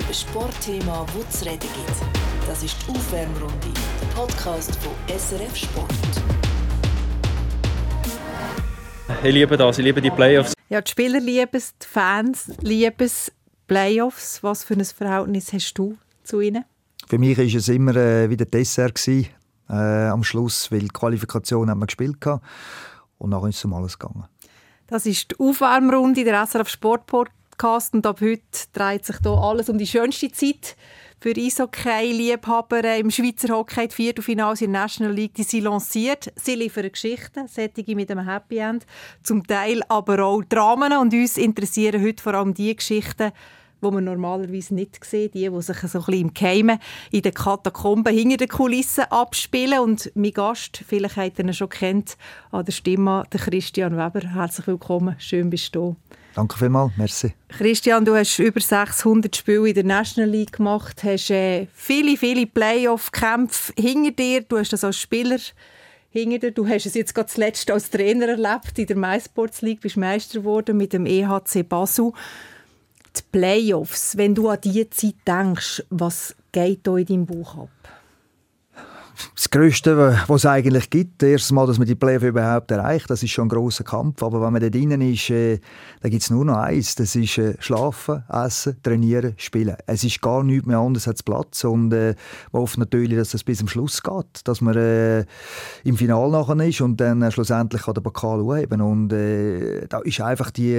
ein Sportthema, das zu reden gibt. Das ist die Aufwärmrunde, der Podcast von SRF Sport. Ich liebe das, ich liebe die Playoffs. Ja, die Spieler lieben es, die Fans lieben es. Playoffs, was für ein Verhältnis hast du zu ihnen? Für mich war es immer wieder Dessert gewesen, am Schluss, weil die Qualifikation haben wir gespielt haben. Und nachher ist es um alles gegangen. Das ist die Aufwärmrunde, der SRF Sport Podcast. Und ab heute dreht sich hier alles um die schönste Zeit für Eishockey-Liebhaber im Schweizer Hockey. Die Viertelfinals in der National League, die sind lanciert. Sie liefern Geschichten, solche mit einem Happy End, zum Teil aber auch Dramen. Und uns interessieren heute vor allem die Geschichten, die man normalerweise nicht sieht, die sich so ein bisschen im Geheimen in den Katakomben hinter den Kulissen abspielen. Und mein Gast, vielleicht habt ihr ihn schon kennt, an der Stimme, der Christian Weber. Herzlich willkommen, schön bist du da. Danke vielmals, merci. Christian, du hast über 600 Spiele in der National League gemacht, hast viele Playoff-Kämpfe hinter dir, du hast das als Spieler hinter dir, du hast es jetzt gerade zuletzt als Trainer erlebt, in der MySports League, bist Meister geworden mit dem EHC Basel. Die Playoffs, wenn du an diese Zeit denkst, was geht da in deinem Bauch ab? Das Größte, was es eigentlich gibt, das erste Mal, dass man die Playoffs überhaupt erreicht, das ist schon ein grosser Kampf. Aber wenn man da drinnen ist, da gibt es nur noch eins. Das ist schlafen, essen, trainieren, spielen. Es ist gar nichts mehr anders als Platz. Und man hofft natürlich, dass das bis zum Schluss geht. Dass man im Finale nachher ist und dann schlussendlich den Pokal hochheben. Und da ist einfach die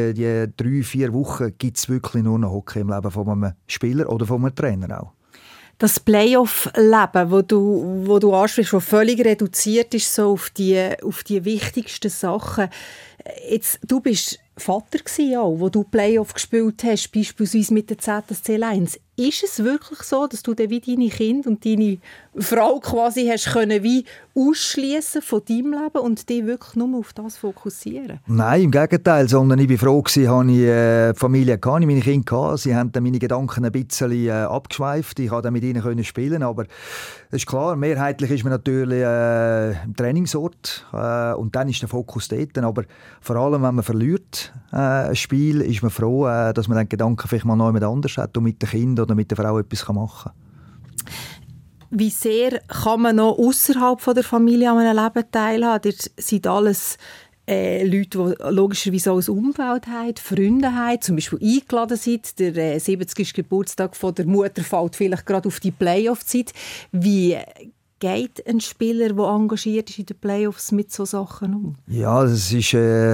3-4 Wochen gibt es wirklich nur noch Hockey im Leben von einem Spieler oder von einem Trainer auch. Das Playoff-Leben, wo du ansprichst, das völlig reduziert ist so auf die wichtigsten Sachen. Jetzt, du bist Vater gewesen, auch, wo du Playoff gespielt hast, beispielsweise mit der ZSC Lions. Ist es wirklich so, dass du dann wie deine Kinder und deine Frau quasi hast können wie ausschliessen von deinem Leben und dich wirklich nur auf das fokussieren? Nein, im Gegenteil, sondern ich war froh gewesen, habe ich die Familie gehabt, meine Kinder gehabt. Sie haben dann meine Gedanken ein bisschen abgeschweift. Ich konnte dann mit ihnen spielen, aber es ist klar, mehrheitlich ist man natürlich im Trainingsort und dann ist der Fokus dort. Aber vor allem, wenn man verliert ein Spiel, ist man froh, dass man den Gedanken vielleicht mal noch jemand anders hat und mit den Kindern oder mit der Frau etwas machen kann. Wie sehr kann man noch außerhalb der Familie an einem Leben teilhaben? Das sind alles Leute, die logischerweise auch ein Umfeld haben, Freunde haben, zum Beispiel eingeladen sind. Der 70. Geburtstag von der Mutter fällt vielleicht gerade auf die Playoff-Zeit. Wie geht ein Spieler, der engagiert ist in den Playoffs, mit solchen Sachen um? Ja, das ist...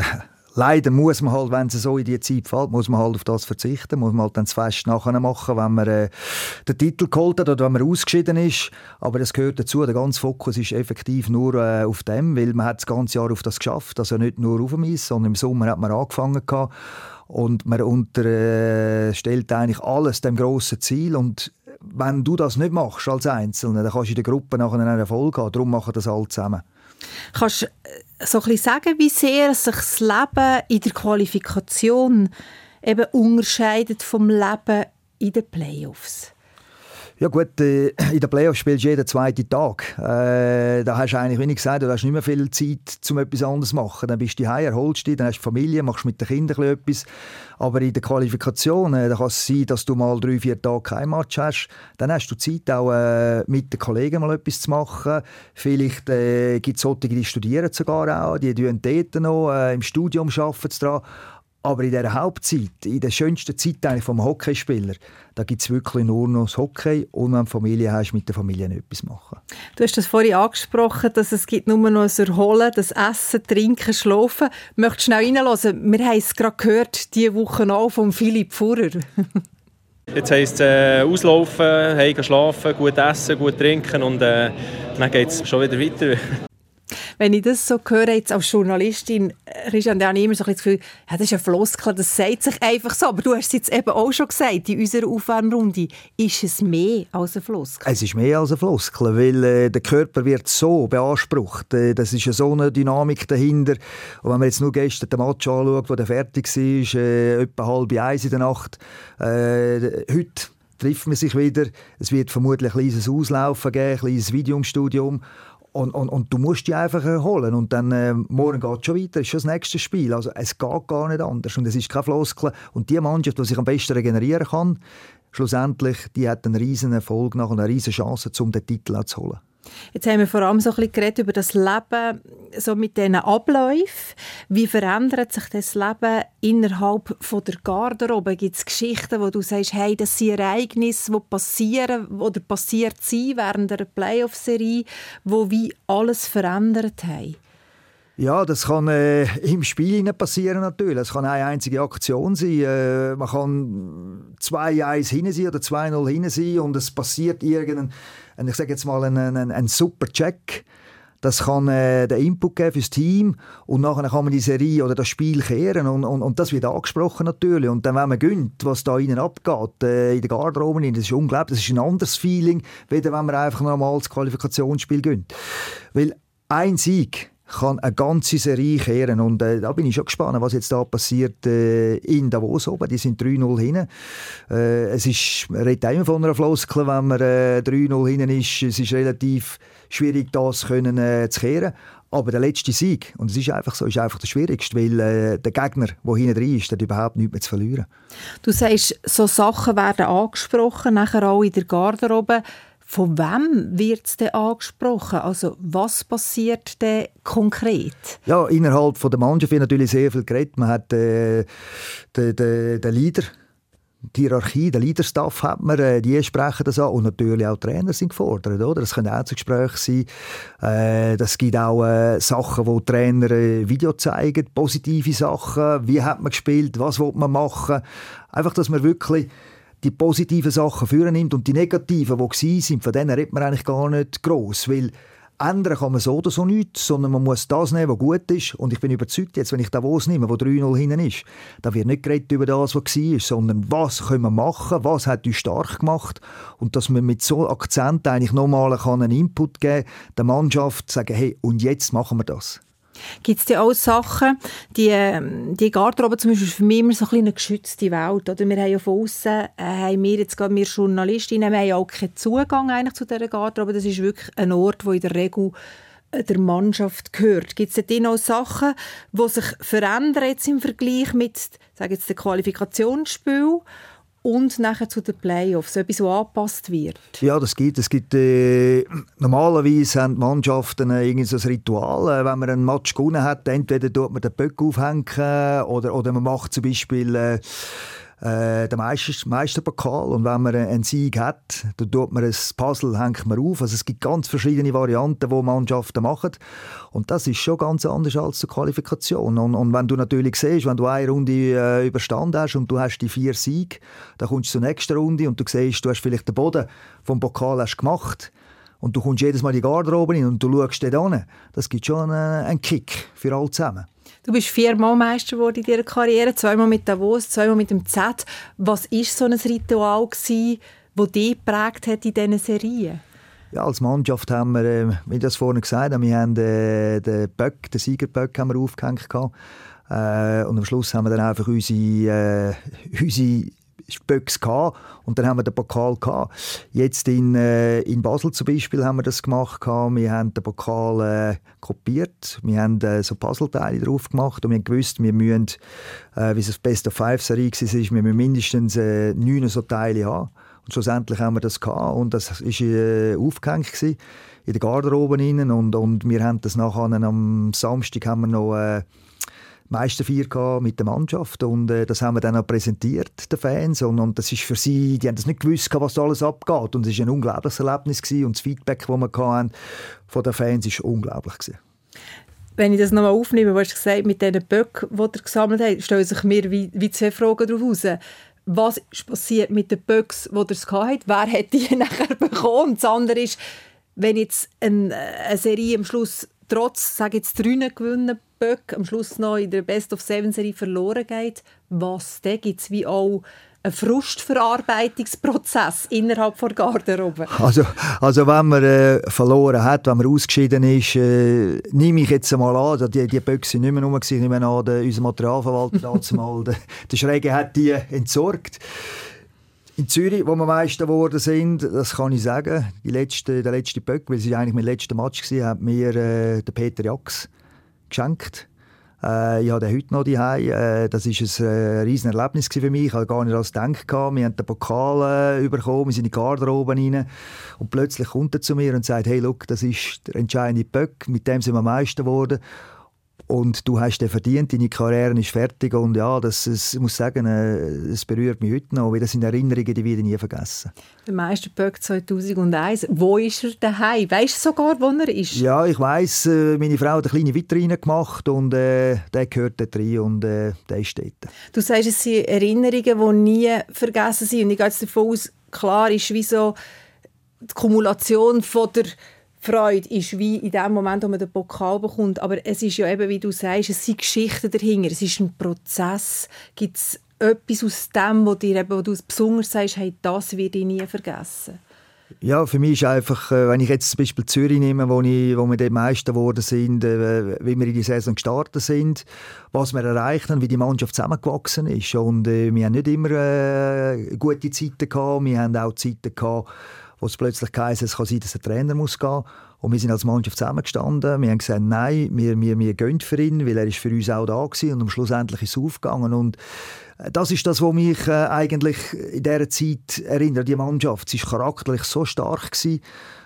Leider muss man halt, wenn es so in die Zeit fällt, muss man halt auf das verzichten, muss man halt dann das Fest nachher machen, wenn man den Titel geholt hat oder wenn man ausgeschieden ist. Aber das gehört dazu, der ganze Fokus ist effektiv nur auf dem, weil man hat das ganze Jahr auf das geschafft, also nicht nur auf dem Eis, sondern im Sommer hat man angefangen gehabt und man unterstellt eigentlich alles dem grossen Ziel und wenn du das nicht machst als Einzelner, dann kannst du in der Gruppe nachher einen Erfolg haben, darum machen das alle zusammen. Kannst du so ein bisschen sagen, wie sehr sich das Leben in der Qualifikation eben unterscheidet vom Leben in den Playoffs? Ja gut, in den Playoffs spielst du jeden zweiten Tag. Da hast du eigentlich, wie ich gesagt habe, du hast nicht mehr viel Zeit, um etwas anderes zu machen. Dann bist du daheim, erholst dich, dann hast du Familie, machst mit den Kindern etwas. Aber in der Qualifikation da kann es sein, dass du mal 3-4 Tage kein Match hast. Dann hast du Zeit, auch mit den Kollegen mal etwas zu machen. Vielleicht gibt es solche, die studieren sogar auch, die arbeiten dort noch, im Studium arbeiten sie daran. Aber in dieser Hauptzeit, in der schönsten Zeit eigentlich vom Hockeyspieler, da gibt es wirklich nur noch das Hockey und wenn du Familie hast, mit der Familie etwas machen. Du hast das vorhin angesprochen, dass es gibt nur noch das Erholen, das Essen, Trinken, Schlafen. Möchtest du schnell reinhören? Wir haben es gerade gehört, diese Woche auch von Philipp Furrer. Jetzt heisst es auslaufen, heim schlafen, gut essen, gut trinken und dann geht es schon wieder weiter. Wenn ich das so höre, jetzt als Journalistin, Christian, dann habe ich immer so ein bisschen das Gefühl, ja, das ist ein Floskel, das sagt sich einfach so. Aber du hast es jetzt eben auch schon gesagt, in unserer Aufwärmrunde. Ist es mehr als ein Floskel? Es ist mehr als ein Floskel, weil der Körper wird so beansprucht. Das ist so eine Dynamik dahinter. Und wenn man jetzt nur gestern den Match anschaut, der fertig war, etwa 12:30 in der Nacht, heute trifft man sich wieder. Es wird vermutlich ein kleines Auslaufen geben, ein kleines Videostudium. Und du musst die einfach holen. Und dann morgen geht es schon weiter, ist schon das nächste Spiel. Also es geht gar nicht anders. Und es ist keine Floskel. Und die Mannschaft, die sich am besten regenerieren kann, schlussendlich, die hat einen riesen Erfolg nach und eine riesen Chance, um den Titel auch zu holen. Jetzt haben wir vor allem so ein bisschen geredet über das Leben so mit diesen Abläufen. Wie verändert sich das Leben innerhalb von der Garderobe? Gibt es Geschichten, wo du sagst, hey, das sind Ereignisse, die passieren oder passiert sind während einer Playoff-Serie, die wie alles verändert haben? Ja, das kann im Spiel passieren natürlich. Es kann eine einzige Aktion sein. Man kann 2-1 hinten sein oder 2-0 hinten sein und es passiert ich sage jetzt mal, ein super Check. Das kann den Input geben fürs Team und nachher kann man die Serie oder das Spiel kehren und das wird angesprochen natürlich. Und dann, wenn man gönnt, was da innen abgeht, in der Garderobe, das ist unglaublich, das ist ein anderes Feeling, als wenn man einfach ein normales Qualifikationsspiel gönnt. Weil ein Sieg kann eine ganze Serie kehren. Und da bin ich schon gespannt, was jetzt da passiert in Davos oben. Die sind 3-0 hinten. Man redet immer von einer Floskel, wenn man 3-0 hinten ist. Es ist relativ schwierig, das zu kehren. Aber der letzte Sieg, und es ist einfach so, ist einfach der schwierigste, weil der Gegner, der hinten drin ist, der hat überhaupt nichts mehr zu verlieren. Du sagst, so Sachen werden angesprochen, nachher auch in der Garderobe. Von wem wird es denn angesprochen? Also was passiert denn konkret? Ja, innerhalb der Mannschaft wird natürlich sehr viel geredet. Man hat den Leader, die Hierarchie, den Leaderstaff hat man, die sprechen das an. Und natürlich auch Trainer sind gefordert, oder? Das können auch zu Gesprächen sein. Das gibt auch Sachen, wo Trainer Video zeigen, positive Sachen. Wie hat man gespielt? Was will man machen? Einfach, dass man wirklich die positiven Sachen führen nimmt und die negativen, die waren, von denen redet man eigentlich gar nicht gross, weil ändern kann man so oder so nichts, sondern man muss das nehmen, was gut ist. Und ich bin überzeugt, jetzt, wenn ich Davos nehme, wo 3-0 hinten ist, da wird nicht geredet über das, was war, sondern was können wir machen, was hat uns stark gemacht und dass man mit so Akzent eigentlich nochmal einen Input geben kann, der Mannschaft sagen, hey, und jetzt machen wir das. Gibt es auch Sachen, die Garderobe zum Beispiel ist für mich immer so eine geschützte Welt. Oder wir haben ja von aussen, wir Journalistinnen, wir haben ja auch keinen Zugang eigentlich zu dieser Garderobe. Das ist wirklich ein Ort, wo in der Regel der Mannschaft gehört. Gibt es dort auch Sachen, die sich verändern jetzt im Vergleich mit, sage jetzt, dem Qualifikationsspiel und nachher zu den Playoffs, etwas, was angepasst wird? Ja, das gibt. Normalerweise haben die Mannschaften irgendwie so ein Ritual. Wenn man einen Match gewonnen hat, entweder tut man den Böck aufhängen oder man macht zum Beispiel den Meisterpokal. Und wenn man einen Sieg hat, dann tut man ein Puzzle, hängt man auf. Also es gibt ganz verschiedene Varianten, die Mannschaften machen. Und das ist schon ganz anders als die Qualifikation. Und wenn du natürlich siehst, wenn du eine Runde überstanden hast und du hast die 4 Siege, dann kommst du zur nächsten Runde und du siehst, du hast vielleicht den Boden vom Pokal hast gemacht. Und du kommst jedes Mal in die Garderobe rein und du schaust dort hin. Das gibt schon einen Kick für alle zusammen. Du bist 4-mal Meister geworden in deiner Karriere, 2-mal mit Davos, 2-mal mit dem Z. Was war so ein Ritual, das dich geprägt hat in diesen Serien? Ja, als Mannschaft haben wir, wie ich das vorhin gesagt habe, wir haben den Siegerböck haben wir aufgehängt. Und am Schluss haben wir dann einfach unsere Böcks gehabt und dann haben wir den Pokal gehabt. Jetzt in Basel zum Beispiel haben wir das gemacht. Wir haben den Pokal kopiert, wir haben so Puzzleteile drauf gemacht und wir haben gewusst, wir müssen, wie es auf Best of 5 Serie war, wir müssen mindestens 9 so Teile haben. Und schlussendlich haben wir das gehabt und das war aufgehängt gewesen, in der Garderobe innen und wir haben das nachher am Samstag haben wir noch Meisterfeier mit der Mannschaft und das haben wir dann auch präsentiert, den Fans. Und das ist für sie, die haben das nicht gewusst, was da alles abgeht. Und es war ein unglaubliches Erlebnis gewesen. Und das Feedback, das wir hatten von den Fans, war unglaublich gewesen. Wenn ich das nochmal aufnehme, was du gesagt hast, mit diesen Böcken, die ihr gesammelt habt, stellen sich mir wie 2 Fragen darauf raus. Was ist passiert mit den Böcks, die ihr hattet? Wer hat die nachher bekommen? Und das andere ist, wenn jetzt eine Serie am Schluss trotz, sage jetzt 3 gewinnen, Böck am Schluss noch in der Best-of-7-Serie verloren geht, was dann gibt es wie auch einen Frustverarbeitungsprozess innerhalb der Garderobe? Also wenn man verloren hat, wenn man ausgeschieden ist, nehme ich jetzt einmal an, die Böcke sind nicht mehr rum, ich nehme an, unser Materialverwalter damals, der Schräge hat die entsorgt. In Zürich, wo wir Meister geworden sind, das kann ich sagen, der letzte Böck, weil es eigentlich mein letzter Match war, hat mir der Peter Jax geschenkt. Ich habe den heute noch daheim. Das war ein riesen Erlebnis für mich. Ich habe gar nicht alles gedacht. Wir haben den Pokal bekommen, wir sind in die Garderobe rein. Und plötzlich kommt er zu mir und sagt, hey, look, das ist der entscheidende Böck, mit dem sind wir Meister geworden. Und du hast den verdient, deine Karriere ist fertig. Und ja, ich muss sagen, es berührt mich heute noch, weil das sind Erinnerungen, die werde ich nie vergessen. Der Meisterböck 2001, wo ist er daheim? Weisst du sogar, wo er ist? Ja, ich weiss, meine Frau hat eine kleine Vitrine gemacht und der gehört dort rein und der ist dort. Du sagst, es sind Erinnerungen, die nie vergessen sind. Und ich gehe jetzt davon aus, klar ist wie so die Kumulation von der Freude ist wie in dem Moment, wo man den Pokal bekommt. Aber es ist ja eben, wie du sagst, es sind Geschichten dahinter. Es ist ein Prozess. Gibt es etwas aus dem, wo du besonders sagst, hey, das werde ich nie vergessen? Ja, für mich ist einfach, wenn ich jetzt zum Beispiel Zürich nehme, wo wir dort Meister geworden sind, wie wir in die Saison gestartet sind, was wir erreicht haben, wie die Mannschaft zusammengewachsen ist. Und wir haben nicht immer gute Zeiten gehabt. Wir haben auch Zeiten gehabt, wo es plötzlich geheißen, es kann sein, dass der Trainer gehen muss. Und wir sind als Mannschaft zusammengestanden. Wir haben gesagt, nein, wir gehen für ihn, weil er ist für uns auch da gewesen. Und schlussendlich ist es aufgegangen. Und das ist das, was mich eigentlich in dieser Zeit erinnert, die Mannschaft. Sie war charakterlich so stark gewesen.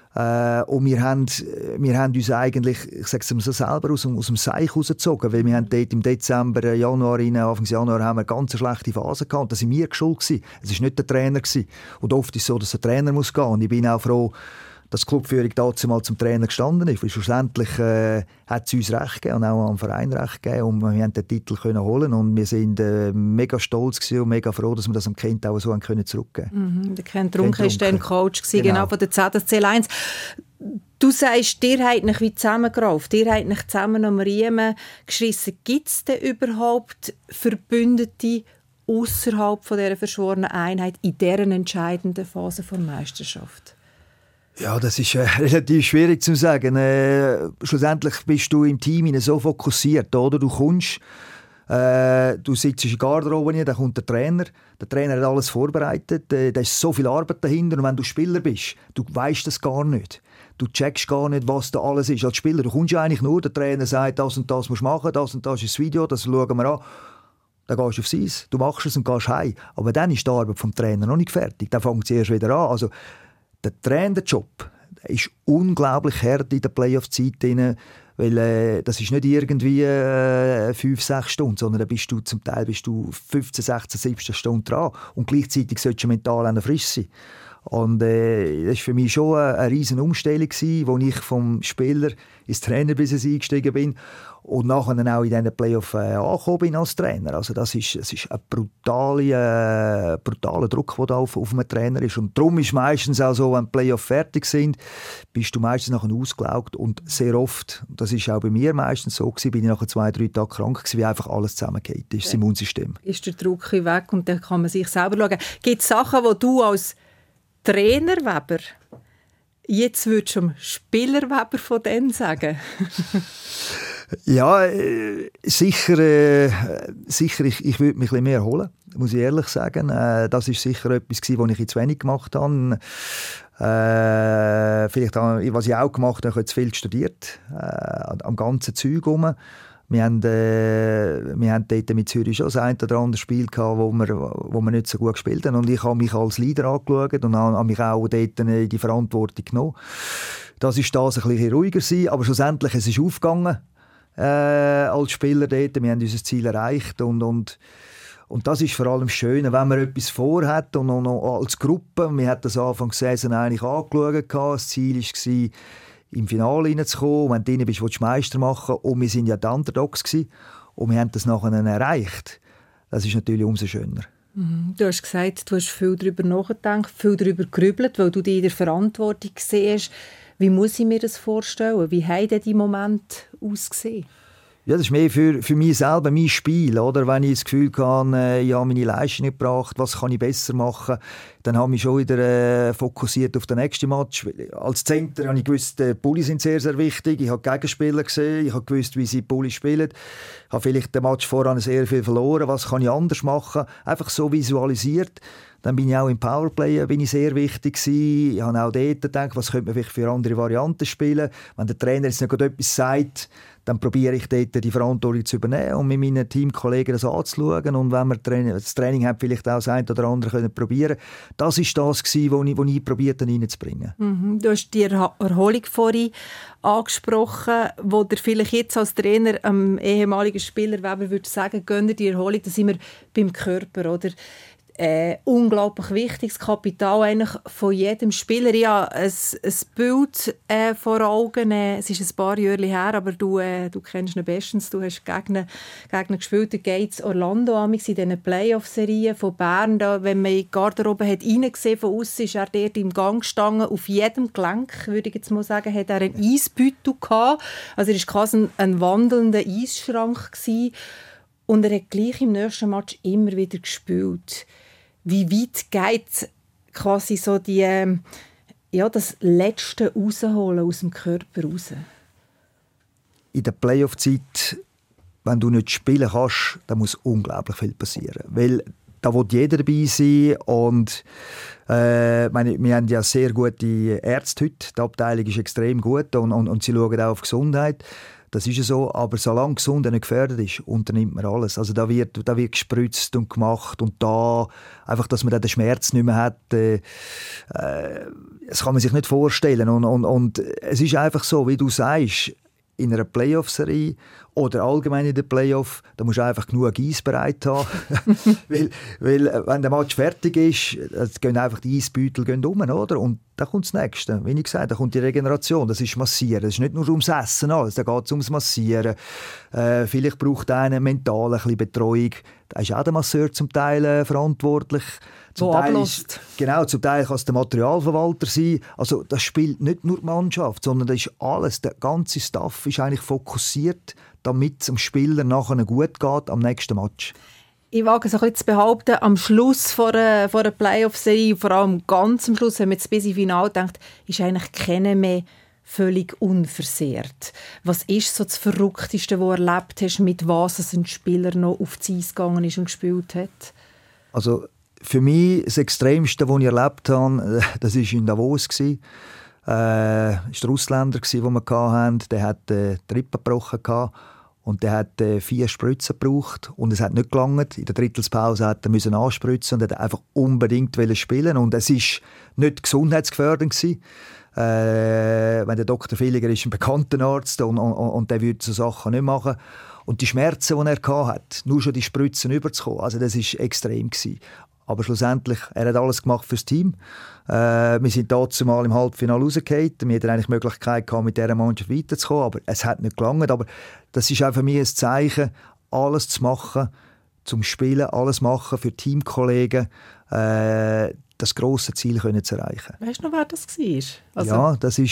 Und wir haben uns eigentlich, ich sage es mir so selber, aus dem Seich rausgezogen, weil wir haben dort im Dezember, Anfang Januar haben wir eine ganz schlechte Phase gehabt. Und das waren wir schuld gewesen. Es war nicht der Trainer gewesen. Und oft ist es so, dass der Trainer muss gehen. Und ich bin auch froh, dass die Clubführung dazu mal zum Trainer gestanden ist. Weil schlussendlich hat es uns recht gegeben und auch am Verein recht gegeben. Und wir haben den Titel können holen. Und wir sind mega stolz gewesen und mega froh, dass wir das dem Kind auch so zurückgeben können. Der Ken Trunke war dann Coach genau von der ZSC 1. Du sagst, ihr habt euch wie zusammengerauft, ihr habt euch zusammen am Riemen geschissen. Gibt es denn überhaupt Verbündete außerhalb von dieser verschworenen Einheit in dieser entscheidenden Phase der Meisterschaft? Ja, das ist relativ schwierig zu sagen. Schlussendlich bist du im Team so fokussiert, oder? Du kommst, du sitzt in der Garderobe, da kommt der Trainer. Der Trainer hat alles vorbereitet. Da ist so viel Arbeit dahinter. Und wenn du Spieler bist, du weißt das gar nicht. Du checkst gar nicht, was da alles ist. Als Spieler, du kommst ja eigentlich nur, der Trainer sagt, das und das musst du machen, das und das ist das Video, das schauen wir an. Dann gehst du aufs Eis, du machst es und gehst heim. Aber dann ist die Arbeit vom Trainer noch nicht fertig. Dann fängt es erst wieder an. Also, der Trainerjob ist unglaublich hart in der Playoff-Zeit, weil das ist nicht irgendwie 5-6 Stunden, sondern da bist du zum Teil 15, 16, 17 Stunden dran und gleichzeitig solltest du mental auch frisch sein. Und das war für mich schon eine riesen Umstellung, wo ich vom Spieler ins Trainerbusiness eingestiegen bin und nachher dann auch in diesen Playoff angekommen bin als Trainer. Also das ist ein brutaler Druck, der da auf einem Trainer ist. Und darum ist meistens auch so, wenn die Playoff fertig sind, bist du meistens nachher ausgelaugt. Und sehr oft, das ist auch bei mir meistens so gewesen, bin ich nachher 2-3 Tage krank gewesen, wie einfach alles zusammengeht. Das ist das Immunsystem. Ist der Druck weg und dann kann man sich selber schauen. Gibt es Sachen, die du als Trainer Weber jetzt würdest du am Spieler Weber von denen sagen? Ja, sicher ich würde mich ein bisschen mehr erholen, muss ich ehrlich sagen. Das ist sicher etwas gewesen, was ich zu wenig gemacht habe. Vielleicht, was ich auch gemacht habe, ich habe zu viel studiert, am ganzen Zeug herum. Wir haben dort mit Zürich schon das ein oder andere Spiel gehabt, wo wir nicht so gut gespielt haben. Und ich habe mich als Leader angeschaut und habe mich auch dort in die Verantwortung genommen. Das ist ein bisschen ruhiger sein, aber schlussendlich es ist aufgegangen als Spieler dort. Wir haben unser Ziel erreicht und das ist vor allem das Schöne, wenn man etwas vorhat und als Gruppe. Wir hatten das Anfang der Saison eigentlich angeschaut. Das Ziel war, im Finale reinzukommen. Wenn du drin bist, willst du Meister machen. Und wir waren ja die Underdogs gewesen. Und wir haben das nachher erreicht. Das ist natürlich umso schöner. Du hast gesagt, du hast viel darüber nachgedacht, viel darüber gerübelt, weil du dich in der Verantwortung siehst. Wie muss ich mir das vorstellen? Wie haben denn die Momente ausgesehen? Ja, das ist mehr für mich selber, mein Spiel. Oder? Wenn ich das Gefühl habe, ich habe meine Leistung nicht gebracht, was kann ich besser machen, dann habe ich mich schon wieder fokussiert auf den nächsten Match. Als Center habe ich gewusst, die Pullis sind sehr, sehr wichtig. Ich habe die Gegenspieler gesehen, ich habe gewusst, wie sie Pullis spielen. Ich habe vielleicht den Match voran sehr viel verloren. Was kann ich anders machen? Einfach so visualisiert. Dann bin ich auch im Powerplay sehr wichtig gewesen. Ich habe auch dort gedacht, was könnte man vielleicht für andere Varianten spielen. Wenn der Trainer jetzt nicht etwas sagt, dann probiere ich dort die Verantwortung zu übernehmen und mit meinen Teamkollegen das anzuschauen. Und wenn wir das Training haben, vielleicht auch das eine oder andere können probieren. Das war das, was ich probiert habe, reinzubringen. Mhm. Du hast die Erholung vorhin angesprochen, wo dir vielleicht jetzt als Trainer einem ehemaligen Spieler Weber würde sagen, gönn dir die Erholung, da sind wir beim Körper, oder? Unglaublich wichtiges Kapital eigentlich von jedem Spieler. Ich habe ein Bild vor Augen. Es ist ein paar Jahre her, aber du kennst ihn bestens. Du hast gegen gespielt. Da geht es Orlando in diesen Playoff-Serien von Bern. Da, wenn man in die Garderobe hat reingesehen von außen, ist er dort im Gang gestanden. Auf jedem Gelenk, würde ich jetzt mal sagen, hat er einen Eisbeutel gehabt. Also er war quasi ein wandelnder Eisschrank gewesen. Und er hat gleich im nächsten Match immer wieder gespielt. Wie weit geht quasi so das Letzte rausholen aus dem Körper raus? In der Playoff-Zeit, wenn du nicht spielen kannst, dann muss unglaublich viel passieren. Weil da will jeder dabei sein. Und wir haben ja sehr gute Ärzte heute. Die Abteilung ist extrem gut und sie schauen auch auf Gesundheit. Das ist ja so, aber solange Gesundheit nicht gefährdet ist, unternimmt man alles. Also da wird gespritzt und gemacht und da einfach, dass man den Schmerz nicht mehr hat, das kann man sich nicht vorstellen. Und es ist einfach so, wie du sagst, in einer Playoff-Serie oder allgemein in der Playoff, da musst du einfach genug Eis bereit haben. weil wenn der Match fertig ist, gehen einfach die Eisbeutel um, oder? Und dann kommt das Nächste. Wie ich gesagt habe, da kommt die Regeneration, das ist Massieren. Das ist nicht nur ums Essen, alles. Da geht es ums Massieren. Vielleicht braucht einer mental ein bisschen Betreuung. Da ist auch der Masseur zum Teil verantwortlich. Zum Teil kann es der Materialverwalter sein. Also das spielt nicht nur die Mannschaft, sondern das ist alles. Der ganze Staff ist eigentlich fokussiert, damit es dem Spieler nachher gut geht am nächsten Match. Ich wage es auch jetzt zu behaupten, am Schluss vor einer Playoff-Serie, vor allem ganz am Schluss, wenn man jetzt bis ins Finale denkt, ist eigentlich keiner mehr völlig unversehrt. Was ist so das Verrückteste, was du erlebt hast, mit was ein Spieler noch auf das Eis gegangen ist und gespielt hat? Also für mich das Extremste, was ich erlebt habe, das war in Davos. Das war der Ausländer, den wir hatten. Der hat die Rippe gebrochen und der hat 4 Spritzen gebraucht und es hat nicht gelangt. In der Drittelspause musste er anspritzen und hat einfach unbedingt spielen. Und es war nicht gesundheitsgefährdend. Wenn der Dr. Villiger ist ein bekannter Arzt und der würde so Sachen nicht machen. Und die Schmerzen, die er hatte, nur schon die Spritzen überzukommen, also das war extrem gewesen. Aber schlussendlich, er hat alles gemacht fürs Team. Wir sind dazu mal im Halbfinale rausgefallen. Wir hatten eigentlich die Möglichkeit, mit dieser Mannschaft weiterzukommen, aber es hat nicht gelangt. Aber das ist auch für mich ein Zeichen, alles zu machen, zum Spielen, alles machen für Teamkollegen, das grosse Ziel können zu erreichen. Weißt du noch, wer das war? Also ja, das war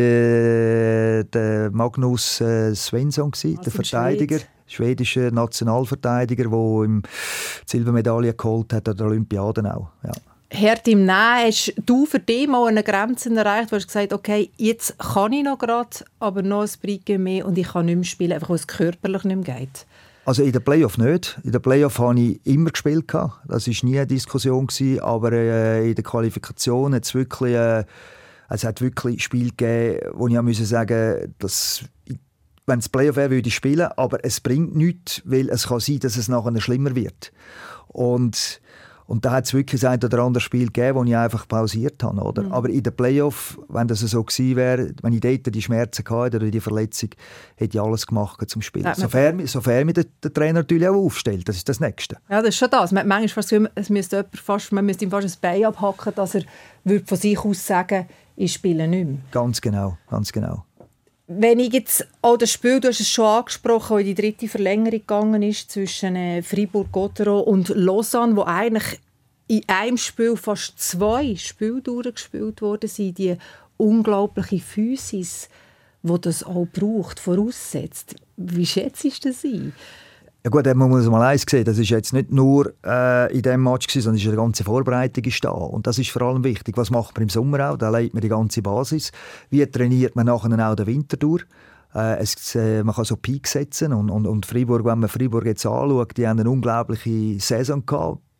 der Magnus Svensson, der Verteidiger. Schwedischer Nationalverteidiger, der die Silbermedaille geholt hat an der Olympiade auch. Ja. Hart im Nehmen, hast du für dich mal eine Grenze erreicht, wo du gesagt hast, okay, jetzt kann ich noch gerade, aber noch ein Brücke mehr und ich kann nicht mehr spielen, einfach weil es körperlich nicht mehr geht? Also in der Playoff nicht. In der Playoff habe ich immer gespielt. Das war nie eine Diskussion, aber in der Qualifikation hat es hat wirklich Spiele gegeben, wo ich sagen musste, wenn es Playoff wäre, würde ich spielen, aber es bringt nichts, weil es kann sein, dass es nachher schlimmer wird. Und da hat es wirklich ein oder andere Spiel gegeben, wo ich einfach pausiert habe. Oder? Mhm. Aber in den Playoff, wenn das so gewesen wäre, wenn ich dort die Schmerzen hatte oder die Verletzung, hätte ich alles gemacht zum Spielen. Sofern mich der Trainer natürlich auch aufstellt. Das ist das Nächste. Ja, das ist schon das. Man müsste ihm fast ein Bein abhacken, dass er von sich aus sagen, ich spiele nicht mehr. Ganz genau, ganz genau. Wenn ich jetzt auch das Spiel, du hast es schon angesprochen, in die 3. Verlängerung gegangen ist zwischen Fribourg-Gotteron und Lausanne, wo eigentlich in einem Spiel fast 2 Spiele durchgespielt worden sind, die unglaubliche Physis, die das auch braucht, voraussetzt. Wie schätzt du das ein? Ja gut, man muss mal eins sehen, das ist jetzt nicht nur in diesem Match gewesen, sondern eine ganze Vorbereitung ist da. Und das ist vor allem wichtig. Was macht man im Sommer auch? Da legt man die ganze Basis. Wie trainiert man nachher auch den Winter durch? Man kann so Peak setzen und Freiburg, wenn man Freiburg jetzt anschaut, die haben eine unglaubliche Saison gehabt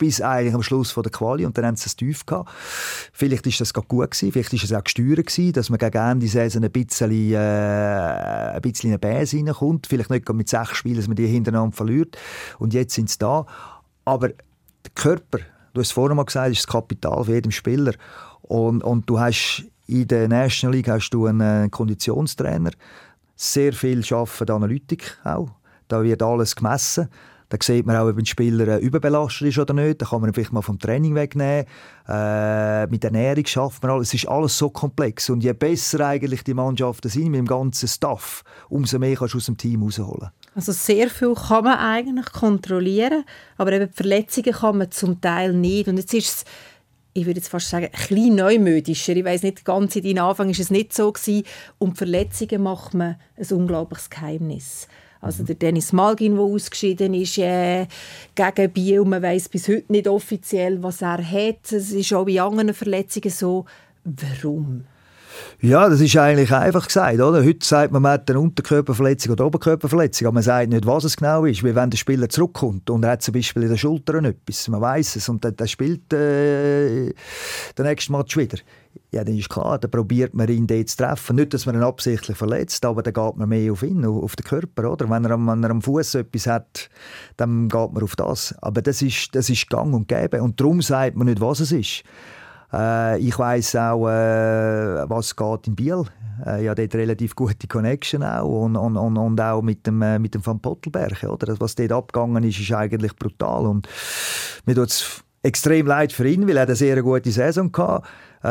bis eigentlich am Schluss von der Quali und dann haben sie es tief gehabt. Vielleicht ist das gut gewesen, vielleicht ist es auch gesteuert gewesen, dass man gegen Ende Saison ein bisschen in eine Bäse reinkommt. Vielleicht nicht mit 6 Spielen, dass man die hintereinander verliert. Und jetzt sind sie da. Aber der Körper, du hast es vorhin mal gesagt, ist das Kapital für jeden Spieler. Und du hast in der National League hast du einen Konditionstrainer. Sehr viel arbeiten Analytik auch. Da wird alles gemessen. Da sieht man auch, ob ein Spieler überbelastet ist oder nicht. Da kann man ihn vielleicht mal vom Training wegnehmen. Mit Ernährung schafft man alles. Es ist alles so komplex. Und je besser eigentlich die Mannschaften sind mit dem ganzen Staff, umso mehr kannst du aus dem Team rausholen. Also sehr viel kann man eigentlich kontrollieren, aber eben die Verletzungen kann man zum Teil nicht. Und jetzt ist es, ich würde jetzt fast sagen, ein bisschen neumodischer. Ich weiss nicht, ganz in deinem Anfang war es nicht so gewesen. Um Verletzungen macht man ein unglaubliches Geheimnis. Also der Dennis Malgin, der ausgeschieden ist gegen Biel, man weiss bis heute nicht offiziell, was er hat. Es ist auch bei anderen Verletzungen so. Warum? Ja, das ist eigentlich einfach gesagt, oder? Heute sagt man hat eine Unterkörperverletzung oder Oberkörperverletzung, aber man sagt nicht, was es genau ist. Wie wenn der Spieler zurückkommt und er hat zum Beispiel in der Schulter etwas, man weiss es, und der spielt den nächsten Match wieder. Ja, dann ist klar, dann probiert man ihn dort zu treffen. Nicht, dass man ihn absichtlich verletzt, aber dann geht man mehr auf ihn, auf den Körper, oder? Wenn er am Fuß etwas hat, dann geht man auf das. Aber das ist gang und gäbe. Und darum sagt man nicht, was es ist. Ich weiss auch, was geht in Biel. Ich habe dort relativ gute Connection auch und auch mit dem Van Pottelberg. Oder? Was dort abgegangen ist, ist eigentlich brutal. Und mir tut es extrem leid für ihn, weil er eine sehr gute Saison hatte.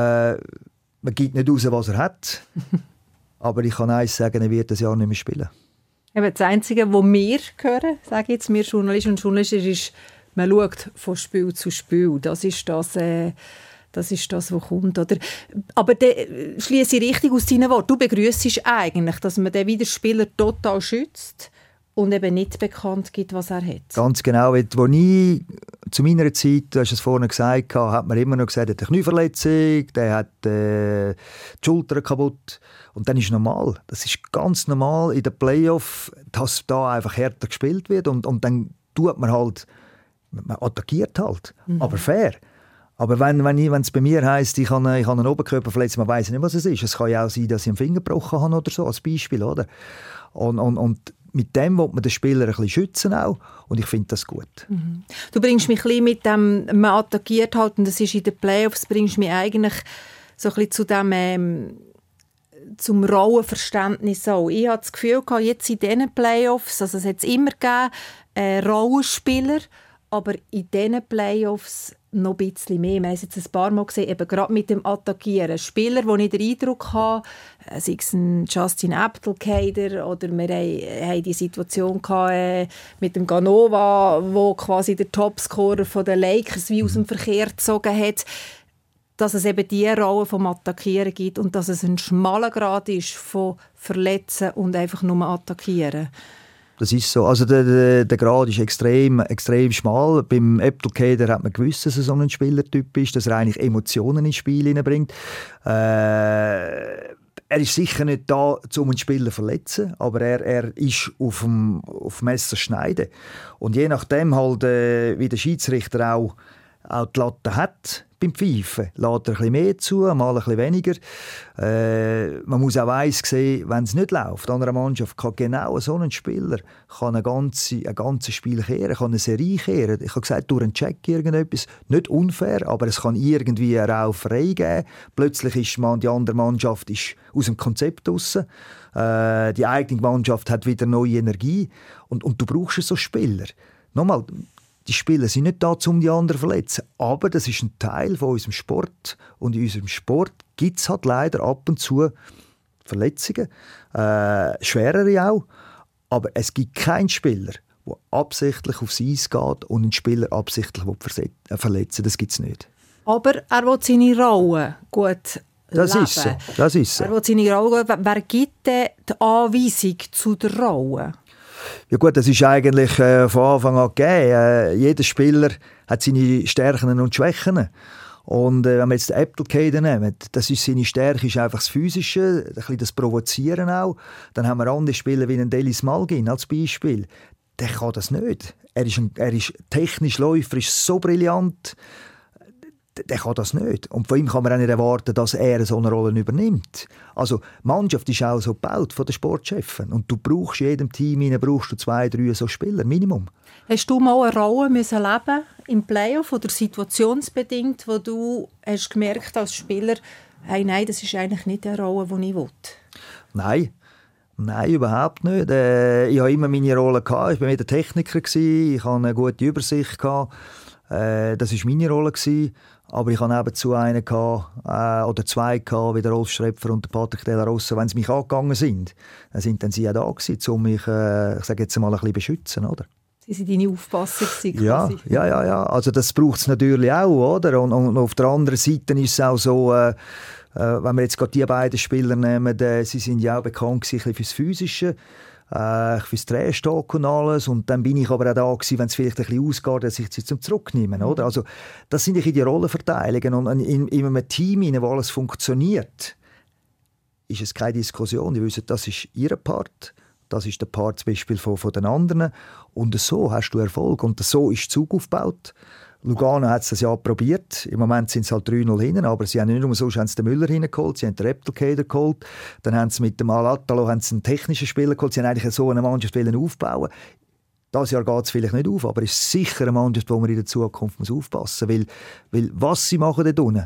Man gibt nicht raus, was er hat. Aber ich kann eins sagen, er wird das Jahr nicht mehr spielen. Eben das Einzige, was wir hören, sage ich jetzt, wir Journalisten und Journalistinnen, ist, man schaut von Spiel zu Spiel. Das ist das, was kommt. Oder? Aber schliesse ich richtig aus deinen Worten. Du begrüssest eigentlich, dass man den Spieler total schützt und eben nicht bekannt gibt, was er hat. Ganz genau. Als ich zu meiner Zeit, du hast es vorhin gesagt, hat man immer noch gesagt, er hat eine Knieverletzung, der hat die Schulter kaputt. Und dann ist normal. Das ist ganz normal in den Playoffs, dass da einfach härter gespielt wird. Und dann tut man halt, man attackiert halt. Aber fair. Aber wenn es bei mir heisst, ich habe einen Oberkörperverletzung, man weiss nicht, was es ist. Es kann ja auch sein, dass ich einen Finger gebrochen habe oder so, als Beispiel. Oder? Und mit dem will man den Spieler ein bisschen schützen auch. Und ich finde das gut. Mhm. Du bringst mich ein bisschen mit dem, man attackiert halt, und das ist in den Playoffs, bringst mich eigentlich so ein bisschen zu dem zum Rollenverständnis auch. Ich habe das Gefühl gehabt, jetzt in diesen Playoffs, also es hat es immer gegeben, Rollenspieler, aber in diesen Playoffs noch ein bisschen mehr. Wir haben es jetzt ein paar Mal gesehen, eben gerade mit dem Attackieren. Spieler, die ich den Eindruck habe, sei es ein Justin Abdelkader oder wir haben die Situation gehabt, mit dem Ganova, wo quasi der Topscorer von den Lakers wie aus dem Verkehr gezogen hat, dass es eben diese Rolle vom Attackieren gibt und dass es ein schmaler Grad ist von Verletzen und einfach nur Attackieren. Das ist so. Also der Grad ist extrem schmal. Beim Abdelkader hat man gewusst, dass er so ein Spielertyp ist, dass er eigentlich Emotionen ins Spiel hineinbringt. Er ist sicher nicht da, um einen Spieler zu verletzen, aber er ist auf Messerschneiden. Und je nachdem, halt, wie der Schiedsrichter auch die Latte hat beim Pfeifen, lässt er ein bisschen mehr zu, mal ein bisschen weniger. Man muss auch eins sehen, wenn es nicht läuft, an einer Mannschaft kann genau so ein Spieler ein ganzes Spiel kehren, kann eine Serie kehren. Ich habe gesagt, durch einen Check irgendetwas, nicht unfair, aber es kann irgendwie eine Rauferei geben. Plötzlich ist die andere Mannschaft ist aus dem Konzept raus. Die eigene Mannschaft hat wieder neue Energie und du brauchst so Spieler. Nochmal, die Spieler sind nicht da, um die anderen zu verletzen. Aber das ist ein Teil von unserem Sport. Und in unserem Sport gibt es halt leider ab und zu Verletzungen. Schwerere auch. Aber es gibt keinen Spieler, der absichtlich aufs Eis geht und einen Spieler absichtlich verletzen. Das gibt es nicht. Aber er will seine Rolle gut das leben. Das ist so. Er will seine Rolle. Wer gibt denn die Anweisung zu der Rolle? Ja gut, das ist eigentlich von Anfang an gegeben. Jeder Spieler hat seine Stärken und Schwächen. Und wenn wir jetzt den Abdelkader nehmen, seine Stärke ist einfach das Physische, ein bisschen das Provozieren auch. Dann haben wir andere Spieler wie einen Dennis Malgin als Beispiel. der kann das nicht. Er ist technisch läuferisch so brillant, der kann das nicht. Und von ihm kann man auch nicht erwarten, dass er so eine Rolle übernimmt. Also die Mannschaft ist auch so gebaut von den Sportchefen. Und du brauchst in jedem Team brauchst du 2, 3 so Spieler, Minimum. Hast du mal eine Rolle müssen leben im Playoff oder situationsbedingt, wo du hast gemerkt als Spieler, hey, nein, das ist eigentlich nicht eine Rolle, die ich will? Nein, überhaupt nicht. Ich hatte immer meine Rolle. Ich war mehr der Techniker, ich hatte eine gute Übersicht. Das war meine Rolle. Aber ich hatte nebenzu einen oder 2 wie der Rolf Schrepfer und der Patrick De La Rosa. Wenn sie mich angegangen sind, dann sind sie auch da gewesen, um mich, ich sage jetzt mal, ein bisschen beschützen, oder? Sie waren deine Aufpasser quasi. Ja. Also das braucht es natürlich auch, oder? Und auf der anderen Seite ist es auch so, wenn wir jetzt gerade die beiden Spieler nehmen, sie sind ja auch bekannt fürs Physische, fürs Drehstock und alles. Und dann bin ich aber auch da gewesen, wenn es vielleicht ein bisschen ausgeht, dass ich sie zum Zurücknehmen, oder? Also das sind die Rollenverteilungen. Und in einem Team, wo alles funktioniert, ist es keine Diskussion. Die wissen, das ist ihr Part. Das ist der Part zum Beispiel von den anderen. Und so hast du Erfolg. Und so ist der Zug aufgebaut. Lugano hat es das Jahr probiert. Im Moment sind sie halt 3-0 hinten, aber sie haben nicht nur so, haben sie den Müller hingeholt, sie haben den Replicator geholt, dann haben sie mit dem Alatalo einen technischen Spieler geholt, sie haben eigentlich so eine Mannschaft aufbauen. Das Jahr geht es vielleicht nicht auf, aber es ist sicher eine Mannschaft, wo man in der Zukunft aufpassen muss. Weil was sie machen dort unten,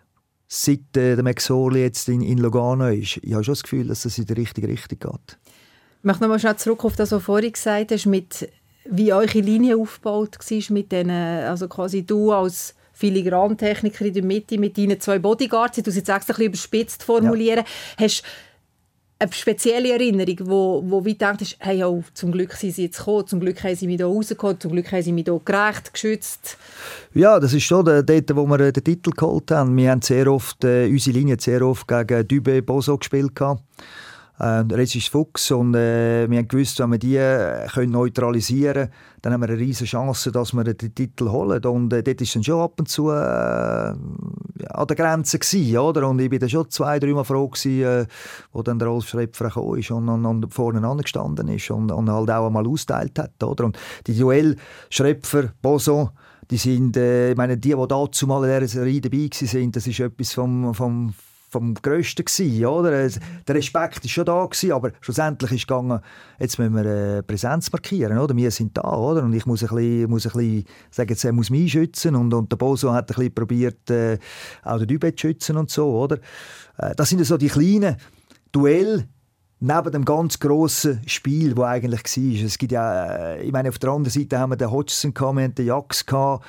seit der Maxorli jetzt in Lugano ist, ich habe schon das Gefühl, dass es in die richtige Richtung geht. Ich möchte nochmal schnell zurück auf das, was du vorhin gesagt hast, wie eure Linie aufgebaut war, mit denen, also quasi du als Filigrantechniker in der Mitte mit deinen 2 Bodyguards, du jetzt ein bisschen überspitzt formulieren, hast eine spezielle Erinnerung, wo wie denkst, hey, oh, zum Glück sind sie jetzt gekommen, zum Glück haben sie mich hier rausgeholt, zum Glück haben sie mich hier gerecht, geschützt? Ja, das ist schon dort, wo wir den Titel geholt haben. Wir haben unsere Linie sehr oft gegen Dubé, Boso gespielt. Jetzt ist Fuchs und wir haben gewusst, wenn wir die neutralisieren können, dann haben wir eine riesige Chance, dass wir den Titel holen. Und dort war es dann schon ab und zu an der Grenze gewesen, oder? Und ich war dann schon 2, 3 Mal froh gewesen, wo dann der Rolf Schrepfer gekommen ist und vorne angestanden ist und halt auch einmal ausgeteilt hat, oder? Und die Duell Schrepfer, Boso, die sind, ich meine, die dazu mal in dieser Serie dabei waren, das ist etwas vom Grössten gewesen, oder? Der Respekt war schon da gewesen, aber schlussendlich ist es gegangen, jetzt müssen wir Präsenz markieren, oder? Wir sind da, oder? Und ich muss ein bisschen sagen, jetzt, er muss mich schützen und der Boso hat ein bisschen probiert, auch den Dübet zu schützen und so, oder? Das sind so die kleinen Duelle neben dem ganz grossen Spiel, das eigentlich war. Es gibt ja, ich meine, auf der anderen Seite haben wir den Hodgson gehabt, wir haben den Jax gehabt,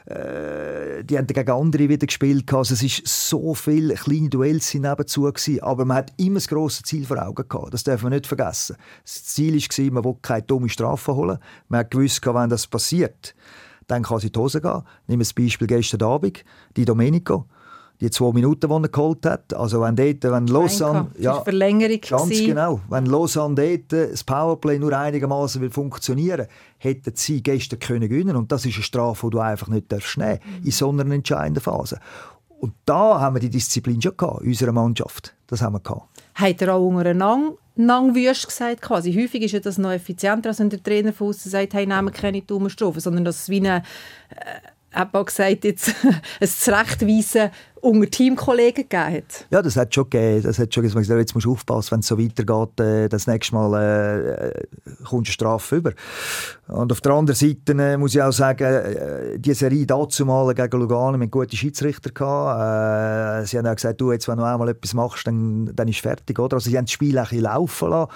die haben gegen andere wieder gespielt. Also es ist so viele kleine Duells nebenzu gewesen, aber man hat immer das grosse Ziel vor Augen gehabt. Das dürfen wir nicht vergessen. Das Ziel war, man will keine dumme Strafe holen. Man hat gewusst, wenn das passiert, dann kann es in die Hose gehen. Nehmen wir das Beispiel gestern Abend, die Domenico. Die 2 Minuten, die er geholt hat. Also wenn Lausanne... Das war Verlängerung. Ganz genau. Wenn Lausanne dort das Powerplay nur einigermaßen funktionieren will, hätten sie gestern gewinnen können. Und das ist eine Strafe, die du einfach nicht nehmen darfst in so einer entscheidenden Phase. Und da haben wir die Disziplin schon gehabt, in unserer Mannschaft. Das haben wir gehabt. Hat er auch untereinander wüst gesagt quasi? Häufig ist ja das noch effizienter, als wenn der Trainer von außen sagt, hey, nehmen keine dummen Strafen, sondern dass es wie eine... hat auch gesagt, jetzt ein Zurechtweisen unter Teamkollegen gegeben hat. Ja, das hat schon gegeben. Das hat schon gesagt, jetzt musst du aufpassen, wenn es so weitergeht, das nächste Mal kommst du eine Strafe über. Und auf der anderen Seite muss ich auch sagen, die Serie dazumal gegen Lugano mit guten Schiedsrichter gehabt. Sie haben auch gesagt, du, jetzt, wenn du einmal etwas machst, dann ist fertig, oder? Also sie haben das Spiel ein bisschen laufen lassen.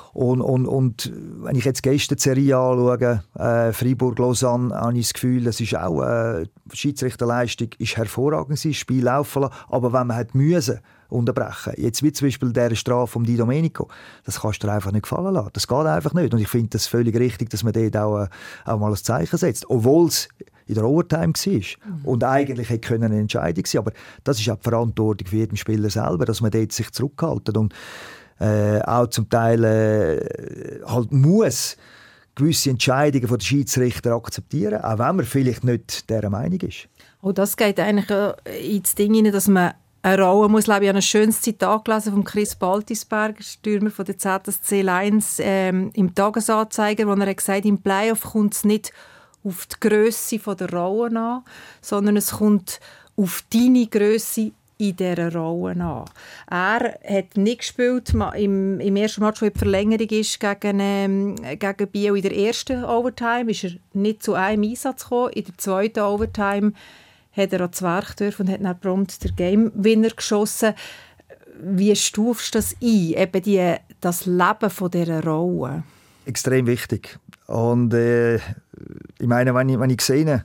Und wenn ich jetzt gestern die Serie anschaue, Freiburg-Lausanne, habe ich das Gefühl, das ist auch, die Schiedsrichterleistung ist hervorragend, das Spiel laufen lassen. Aber wenn man hat müssen unterbrechen, jetzt wie zum Beispiel der Strafe von Di Domenico, das kannst du dir einfach nicht gefallen lassen. Das geht einfach nicht. Und ich finde das völlig richtig, dass man dort auch mal ein Zeichen setzt. Obwohl es in der Overtime war. Und eigentlich hätte eine Entscheidung sein. Aber das ist auch die Verantwortung für jeden Spieler selber, dass man dort sich zurückhalten und auch zum Teil halt muss gewisse Entscheidungen von den Schiedsrichter akzeptieren, auch wenn man vielleicht nicht dieser Meinung ist. Oh, das geht eigentlich ins Ding hinein, dass man eine Rolle muss. Ich habe ein schönes Zitat gelesen von Chris Baltisberger, Stürmer von der ZSC Lions, im Tagesanzeiger, wo er gesagt hat, im Playoff kommt es nicht auf die Grösse der Rolle an, sondern es kommt auf deine Grösse in dieser Rolle an. Er hat nicht gespielt im ersten Match, der in die Verlängerung ist, gegen Biel. In der ersten Overtime ist er nicht zu einem Einsatz gekommen. In der zweiten Overtime hat er ans Werk dürfen und hat dann prompt den Game-Winner geschossen. Wie stufst du das ein, eben das Leben von dieser Rolle? Extrem wichtig. Und ich meine, wenn ich ihn gesehen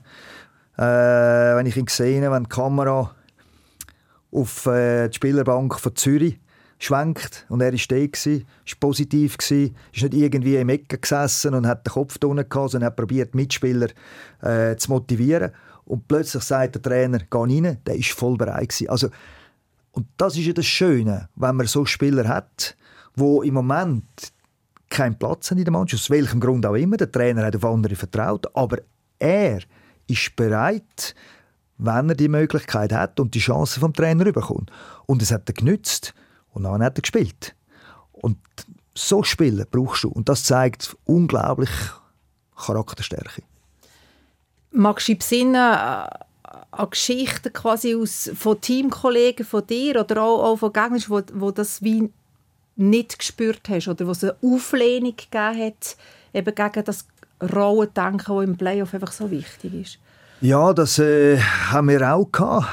wenn die Kamera auf die Spielerbank von Zürich schwenkt und er war da, war positiv, war nicht irgendwie im Ecken gesessen und hat den Kopf drunter gehabt, sondern hat probiert, Mitspieler zu motivieren. Und plötzlich sagt der Trainer, geh rein, der war voll bereit gewesen. Also, und das ist ja das Schöne, wenn man so Spieler hat, die im Moment keinen Platz haben in der Mannschaft, aus welchem Grund auch immer. Der Trainer hat auf andere vertraut, aber er ist bereit, wenn er die Möglichkeit hat und die Chance vom Trainer bekommt. Und es hat er genützt und dann hat er gespielt. Und so Spieler brauchst du. Und das zeigt unglaublich Charakterstärke. Magst du im Sinne an Geschichten quasi von Teamkollegen von dir oder auch von Gegnern, wo das wie nicht gespürt hast oder wo es eine Auflehnung gegeben hat, eben gegen das Rollendenken, das im Playoff einfach so wichtig ist? Ja, das haben wir auch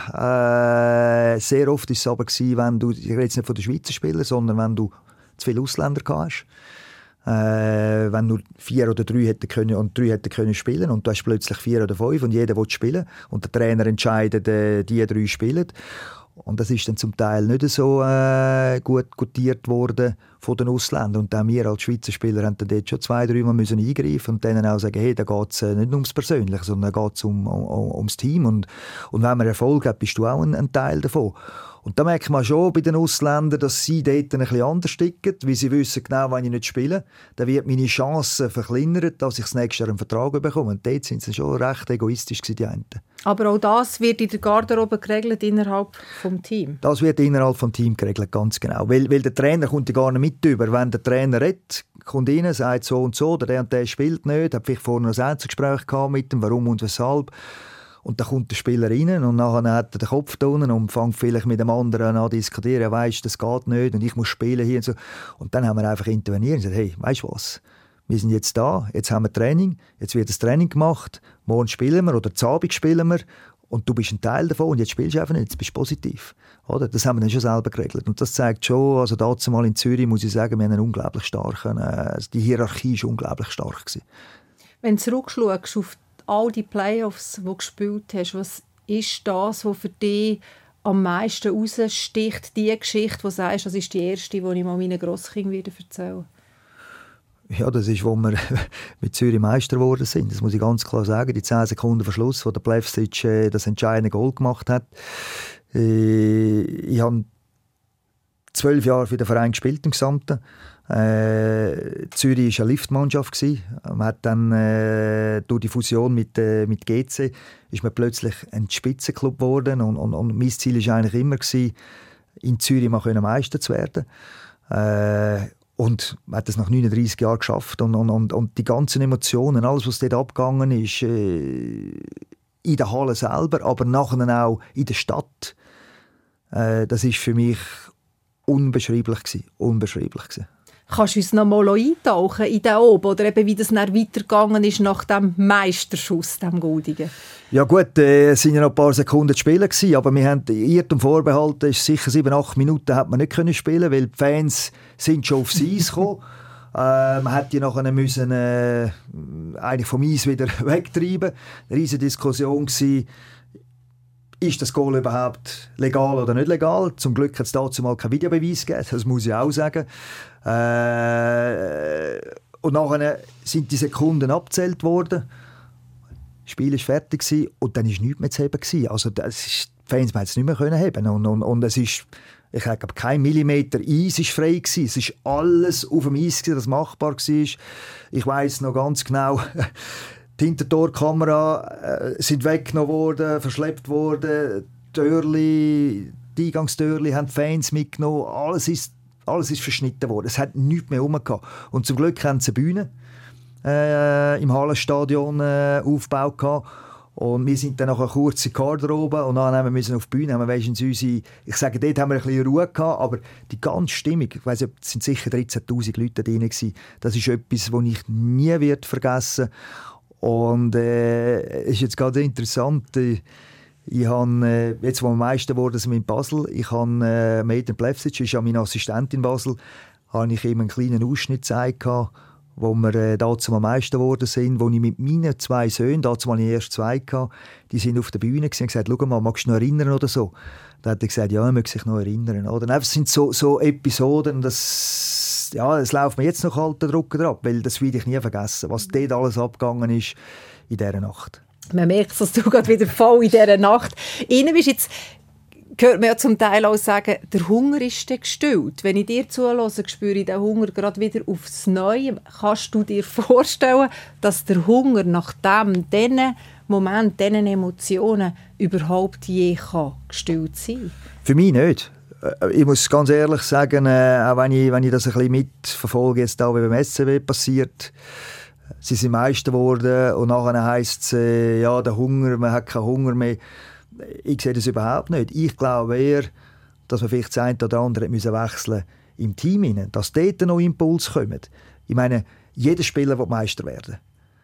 gehabt. Sehr oft war es aber, wenn du, ich rede jetzt nicht von den Schweizer Spielern, sondern wenn du zu viele Ausländer hast. Wenn nur 4 oder 3 hätten können und 3 hätten können spielen und du hast plötzlich 4 oder 5 und jeder will spielen und der Trainer entscheidet, die 3 spielen. Und das ist dann zum Teil nicht so gut gutiert worden von den Ausländern. Und auch wir als Schweizer Spieler haben dann dort schon 2-3 Mal müssen eingreifen und denen auch sagen, hey, da geht es nicht ums Persönliche, sondern da geht es ums Team. Und wenn man Erfolg hat, bist du auch ein Teil davon. Und da merkt man schon bei den Ausländern, dass sie dort ein bisschen anders ticken, weil sie wissen genau, wenn ich nicht spiele, dann wird meine Chance verkleinert, dass ich das nächste Jahr einen Vertrag bekomme. Und dort sind sie schon recht egoistisch gewesen, die einen. Aber auch das wird in der Garderobe geregelt innerhalb des Teams? Das wird innerhalb des Teams geregelt, ganz genau. Weil der Trainer kommt ja gar nicht mit über. Wenn der Trainer redet, kommt rein, sagt so und so, der und der spielt nicht, hat vielleicht vorher noch ein Einzelgespräch gehabt mit ihm, warum und weshalb. Und dann kommt der Spieler rein und nachher hat er den Kopf da unten und fängt vielleicht mit dem anderen an zu diskutieren. Er weiss, das geht nicht und ich muss spielen hier und so. Und dann haben wir einfach interveniert und gesagt, hey, weißt du was? Wir sind jetzt da, jetzt haben wir Training, jetzt wird das Training gemacht, morgen spielen wir oder zu Abend spielen wir und du bist ein Teil davon und jetzt spielst du einfach nicht, jetzt bist du positiv. Oder? Das haben wir dann schon selber geregelt. Und das zeigt schon, also dazu mal in Zürich muss ich sagen, wir haben einen unglaublich starken, die Hierarchie war unglaublich stark gewesen. Wenn du zurückschaust auf all die Playoffs, die du gespielt hast, was ist das, was für dich am meisten raussticht, die Geschichte, wo du sagst, das ist die erste, die ich mal meinen Grosskindern wieder erzähle? Ja, das ist, wo wir mit Zürich Meister geworden sind. Das muss ich ganz klar sagen. Die 10 Sekunden vor Schluss, wo der Plevsic das entscheidende Goal gemacht hat. Ich habe 12 Jahre für den Verein gespielt im Gesamten. Zürich war eine Liftmannschaft. Man hat dann durch die Fusion mit GC ist man plötzlich ein Spitzenklub geworden und mein Ziel war eigentlich immer, in Zürich mal Meister zu werden. Und man hat es nach 39 Jahren geschafft und die ganzen Emotionen, alles was dort abgegangen ist, in der Halle selber, aber nachher auch in der Stadt, das ist für mich unbeschreiblich gewesen. Kannst du uns noch mal eintauchen in den Oben oder eben, wie das dann weitergegangen ist nach dem Meisterschuss, dem Goldigen? Ja gut, es waren ja noch ein paar Sekunden zu spielen gewesen, aber wir haben Irrtum vorbehalten, ist sicher 7-8 Minuten hat man nicht können spielen, weil die Fans sind schon aufs Eis gekommen. Man hätte ja nachher müssen, eigentlich vom Eis wieder wegtreiben. Eine riesige Diskussion gewesen. Ist das Goal überhaupt legal oder nicht legal? Zum Glück hat es dazu mal keinen Videobeweis gegeben, das muss ich auch sagen. Und nachher sind die Sekunden abgezählt worden. Das Spiel war fertig und dann war nichts mehr zu heben. Also die Fans haben es nicht mehr heben. Und es ist, ich glaube, kein Millimeter Eis war frei gewesen. Es war alles auf dem Eis, das machbar war. Ich weiss noch ganz genau, die Hintertorkamera sind weggenommen worden, verschleppt worden, Türli, die Eingangstürchen haben die Fans mitgenommen, alles ist verschnitten worden. Es hat nichts mehr rumgehabt. Und zum Glück haben sie eine Bühne im Hallenstadion aufgebaut gehabt. Und wir sind dann nach einer kurzen Garderobe und dann müssen wir auf die Bühne. Haben wir unsere, ich sage, dort haben wir ein bisschen Ruhe gehabt, aber die ganze Stimmung, ich weiss nicht, es sind sicher 13'000 Leute drin gewesen. Das ist etwas, was ich nie wird vergessen. Und es ist jetzt gerade interessant. Ich habe, jetzt, wo wir Meister geworden sind in Basel, ich habe Metin Plevsic, ist ja mein Assistent in Basel, habe ich ihm einen kleinen Ausschnitt gezeigt, wo wir dazu am Meister geworden sind, wo ich mit meinen 2 Söhnen, dazu waren ich erst 2 gehabt, die sind auf der Bühne und gesagt, schau mal, magst du dich noch erinnern oder so? Da hat er gesagt, ja, ich mag sich noch erinnern. Oder? Das sind so Episoden, das läuft mir jetzt noch kalter Druck drauf, weil das will ich nie vergessen, was dort alles abgegangen ist in dieser Nacht. Man merkt, dass du gerade wieder voll in dieser Nacht rein bist. Jetzt hört man ja zum Teil auch sagen, der Hunger ist dann gestillt. Wenn ich dir zuhöre, spüre ich den Hunger gerade wieder aufs Neue. Kannst du dir vorstellen, dass der Hunger nach diesen Moment, diesen Emotionen überhaupt je gestillt sein kann? Für mich nicht. Ich muss ganz ehrlich sagen, auch wenn ich das ein bisschen mitverfolge, jetzt da, wie beim SCB passiert, sie sind Meister geworden und nachher heisst es, ja, der Hunger, man hat keinen Hunger mehr. Ich sehe das überhaupt nicht. Ich glaube eher, dass man vielleicht das eine oder andere wechseln im Team hinein, dass dort noch Impulse kommen. Ich meine, jeder Spieler will Meister werden.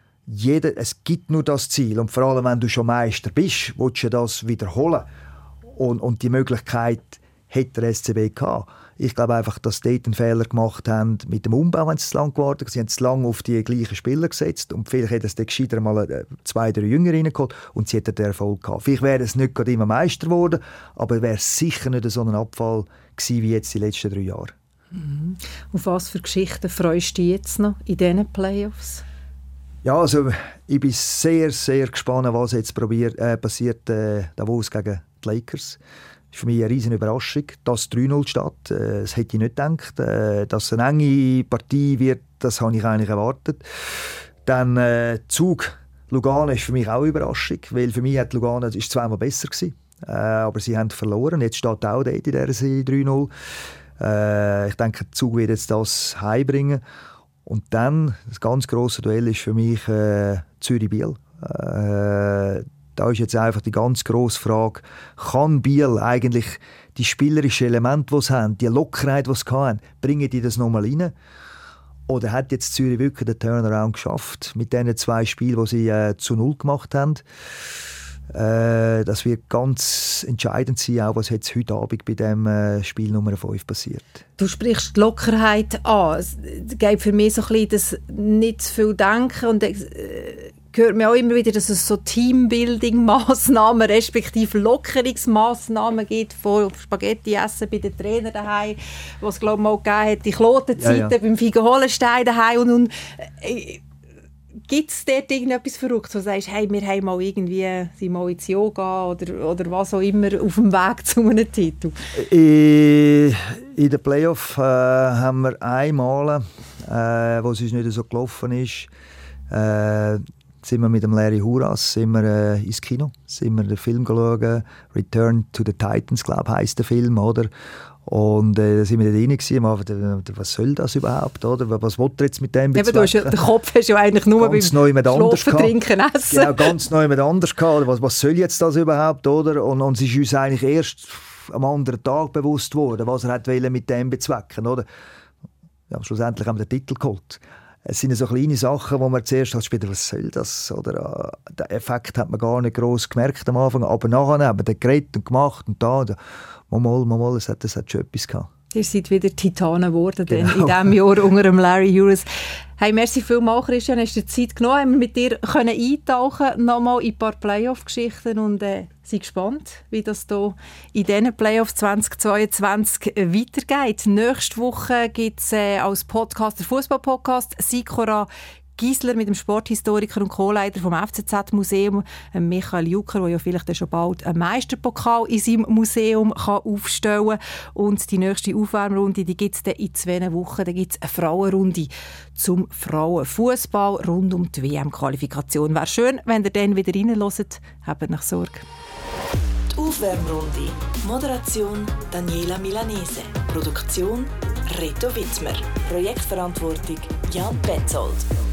Es gibt nur das Ziel. Und vor allem, wenn du schon Meister bist, willst du das wiederholen. Und die Möglichkeit hätte der SCB gehabt. Ich glaube einfach, dass sie dort einen Fehler gemacht haben mit dem Umbau, wenn sie zu lange gewartet haben. Sie haben zu lange auf die gleichen Spieler gesetzt und vielleicht hätten sie gescheiter mal 2, 3 Jünger reingeholt und sie hätten den Erfolg gehabt. Vielleicht wäre es nicht gerade immer Meister geworden, aber es wäre sicher nicht so ein Abfall gewesen wie jetzt die letzten 3 Jahre. Mhm. Auf was für Geschichten freust du dich jetzt noch in diesen Playoffs? Ja, also ich bin sehr, sehr gespannt, was jetzt passiert Davos gegen die Lakers. Das ist für mich eine riesige Überraschung, dass 3-0 steht. Das hätte ich nicht gedacht. Dass es eine enge Partie wird, das habe ich eigentlich erwartet. Dann Zug Lugano ist für mich auch eine Überraschung, weil für mich hat Lugano ist zweimal besser gewesen. Aber sie haben verloren. Jetzt steht auch dort in dieser Serie 3-0. Ich denke, Zug wird jetzt das heimbringen. Und dann, das ganz grosse Duell ist für mich Zürich-Biel. Da ist jetzt einfach die ganz grosse Frage, kann Biel eigentlich die spielerischen Elemente, die sie haben, die Lockerheit, die sie haben, bringen die das nochmal rein? Oder hat jetzt Zürich wirklich den Turnaround geschafft mit diesen 2 Spielen, die sie zu 0 gemacht haben? Das wird ganz entscheidend sein, auch was jetzt heute Abend bei dem Spiel Nummer 5 passiert. Du sprichst die Lockerheit an. Es geht für mich so ein bisschen das nicht zu viel Denken und hört mir auch immer wieder, dass es so Teambuilding-Massnahmen respektive Lockerungsmassnahmen gibt, von Spaghetti essen bei den Trainern daheim, was es glaube ich mal gegeben hat, die Klotenzeiten beim Figo Hollenstein daheim und gibt es dort irgendetwas Verrücktes, wo du sagst, hey, wir haben mal irgendwie sind mal ins Yoga oder was auch immer auf dem Weg zu einem Titel? In den Playoffs haben wir einmal, wo es uns nicht so gelaufen ist, sind wir mit dem Larry Huras ins Kino, sind wir den Film geschaut, Return to the Titans, glaube ich, heisst der Film, oder? Und da sind wir da rein gewesen, was soll das überhaupt, oder? Was will er jetzt mit dem bezwecken? Den Kopf hast du ja eigentlich nur ganz beim Schlafen, Trinken, Essen. Genau, ganz neu mit anders gehabt. Was soll jetzt das überhaupt, oder? Und es ist uns eigentlich erst am anderen Tag bewusst worden, was er hat mit dem bezwecken, oder? Ja, schlussendlich haben wir den Titel geholt. Es sind so kleine Sachen, wo man zuerst als Spieler, was soll das? Oder den Effekt hat man gar nicht gross gemerkt am Anfang, aber nachher haben wir den geredet und gemacht und da. Mal, es hat schon etwas gehabt. Ihr seid wieder Titanen geworden genau. In diesem Jahr unter dem Larry Huras. Hey, merci vielmals, Christian, hast du dir Zeit genommen, haben wir mit dir eintauchen nochmal in ein paar Playoff-Geschichten und sind gespannt, wie das hier in diesen Playoffs 2022 weitergeht. Nächste Woche gibt es als Podcast, der Fußball-Podcast, Sikora Giesler mit dem Sporthistoriker und Co-Leiter vom FCZ-Museum, Michael Jucker, der ja vielleicht schon bald einen Meisterpokal in seinem Museum kann aufstellen kann. Und die nächste Aufwärmrunde gibt es in 2 Wochen. Da gibt es eine Frauenrunde zum Frauenfußball rund um die WM-Qualifikation. Wäre schön, wenn ihr dann wieder reinhört. Habt nach Sorge. Die Aufwärmrunde. Moderation Daniela Milanese. Produktion Reto Wittmer. Projektverantwortung Jan Petzold.